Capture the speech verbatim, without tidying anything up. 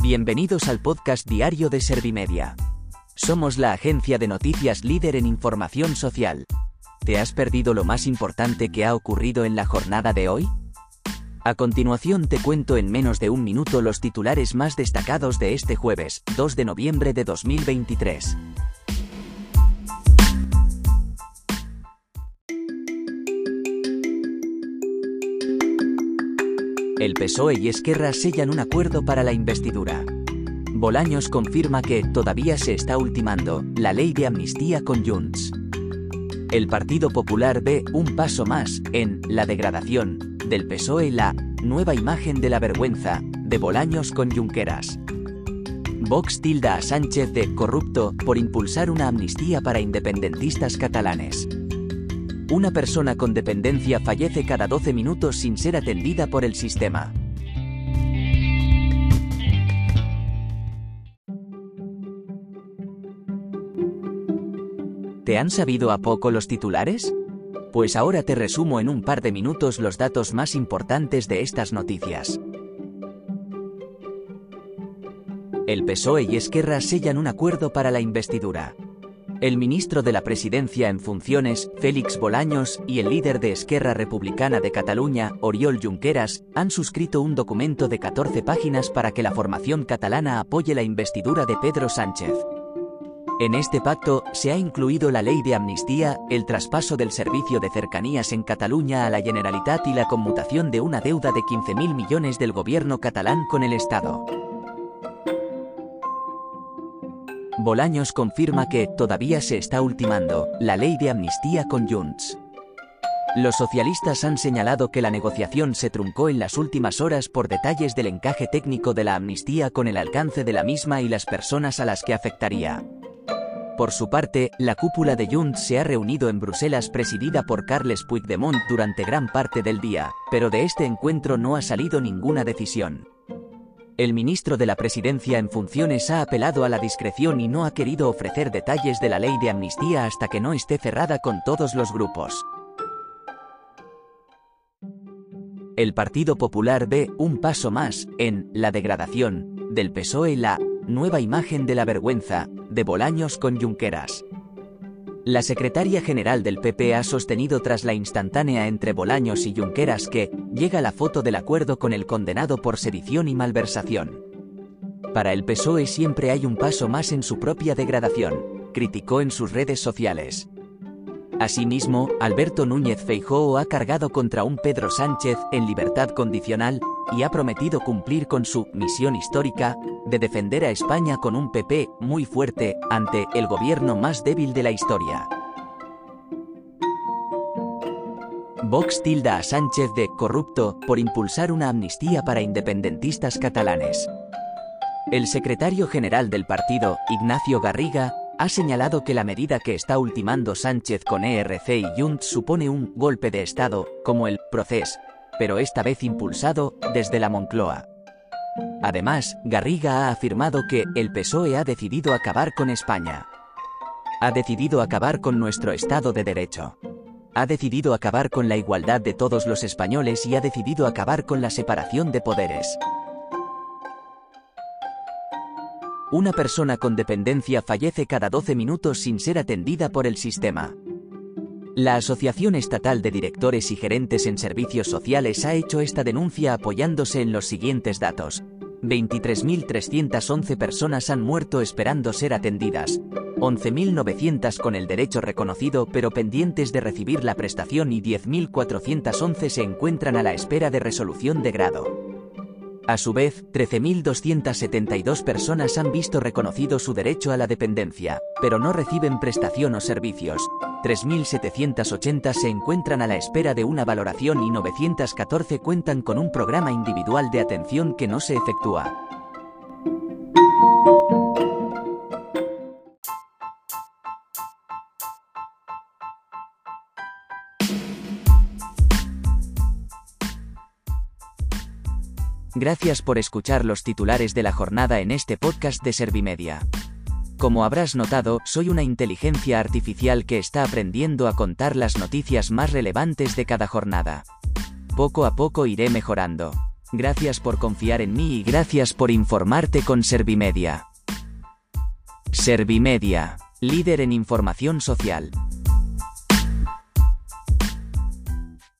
Bienvenidos al podcast diario de Servimedia. Somos la agencia de noticias líder en información social. ¿Te has perdido lo más importante que ha ocurrido en la jornada de hoy? A continuación te cuento en menos de un minuto los titulares más destacados de este jueves, dos de noviembre de dos mil veintitrés. El P S O E y Esquerra sellan un acuerdo para la investidura. Bolaños confirma que todavía se está ultimando la ley de amnistía con Junts. El Partido Popular ve un paso más en la degradación del P S O E, la nueva imagen de la vergüenza de Bolaños con Junqueras. Vox tilda a Sánchez de corrupto por impulsar una amnistía para independentistas catalanes. Una persona con dependencia fallece cada doce minutos sin ser atendida por el sistema. ¿Te han sabido a poco los titulares? Pues ahora te resumo en un par de minutos los datos más importantes de estas noticias. El P S O E y Esquerra sellan un acuerdo para la investidura. El ministro de la Presidencia en funciones, Félix Bolaños, y el líder de Esquerra Republicana de Cataluña, Oriol Junqueras, han suscrito un documento de catorce páginas para que la formación catalana apoye la investidura de Pedro Sánchez. En este pacto, se ha incluido la ley de amnistía, el traspaso del servicio de cercanías en Cataluña a la Generalitat y la conmutación de una deuda de quince mil millones del gobierno catalán con el Estado. Bolaños confirma que todavía se está ultimando la ley de amnistía con Junts. Los socialistas han señalado que la negociación se truncó en las últimas horas por detalles del encaje técnico de la amnistía con el alcance de la misma y las personas a las que afectaría. Por su parte, la cúpula de Junts se ha reunido en Bruselas presidida por Carles Puigdemont durante gran parte del día, pero de este encuentro no ha salido ninguna decisión. El ministro de la Presidencia en funciones ha apelado a la discreción y no ha querido ofrecer detalles de la ley de amnistía hasta que no esté cerrada con todos los grupos. El Partido Popular ve un paso más en la degradación del P S O E, la nueva imagen de la vergüenza de Bolaños con Junqueras. La secretaria general del P P ha sostenido tras la instantánea entre Bolaños y Junqueras que llega la foto del acuerdo con el condenado por sedición y malversación. Para el P S O E siempre hay un paso más en su propia degradación, criticó en sus redes sociales. Asimismo, Alberto Núñez Feijóo ha cargado contra un Pedro Sánchez en libertad condicional y ha prometido cumplir con su misión histórica de defender a España con un P P muy fuerte ante el gobierno más débil de la historia. Vox tilda a Sánchez de corrupto por impulsar una amnistía para independentistas catalanes. El secretario general del partido, Ignacio Garriga, ha señalado que la medida que está ultimando Sánchez con E R C y Junts supone un golpe de Estado, como el Procés, pero esta vez impulsado desde la Moncloa. Además, Garriga ha afirmado que el P S O E ha decidido acabar con España. Ha decidido acabar con nuestro Estado de Derecho. Ha decidido acabar con la igualdad de todos los españoles y ha decidido acabar con la separación de poderes. Una persona con dependencia fallece cada doce minutos sin ser atendida por el sistema. La Asociación Estatal de Directores y Gerentes en Servicios Sociales ha hecho esta denuncia apoyándose en los siguientes datos. veintitrés mil trescientas once personas han muerto esperando ser atendidas, once mil novecientas con el derecho reconocido pero pendientes de recibir la prestación y diez mil cuatrocientas once se encuentran a la espera de resolución de grado. A su vez, trece mil doscientas setenta y dos personas han visto reconocido su derecho a la dependencia, pero no reciben prestación o servicios. tres mil setecientas ochenta se encuentran a la espera de una valoración y novecientas catorce cuentan con un programa individual de atención que no se efectúa. Gracias por escuchar los titulares de la jornada en este podcast de Servimedia. Como habrás notado, soy una inteligencia artificial que está aprendiendo a contar las noticias más relevantes de cada jornada. Poco a poco iré mejorando. Gracias por confiar en mí y gracias por informarte con Servimedia. Servimedia, líder en información social.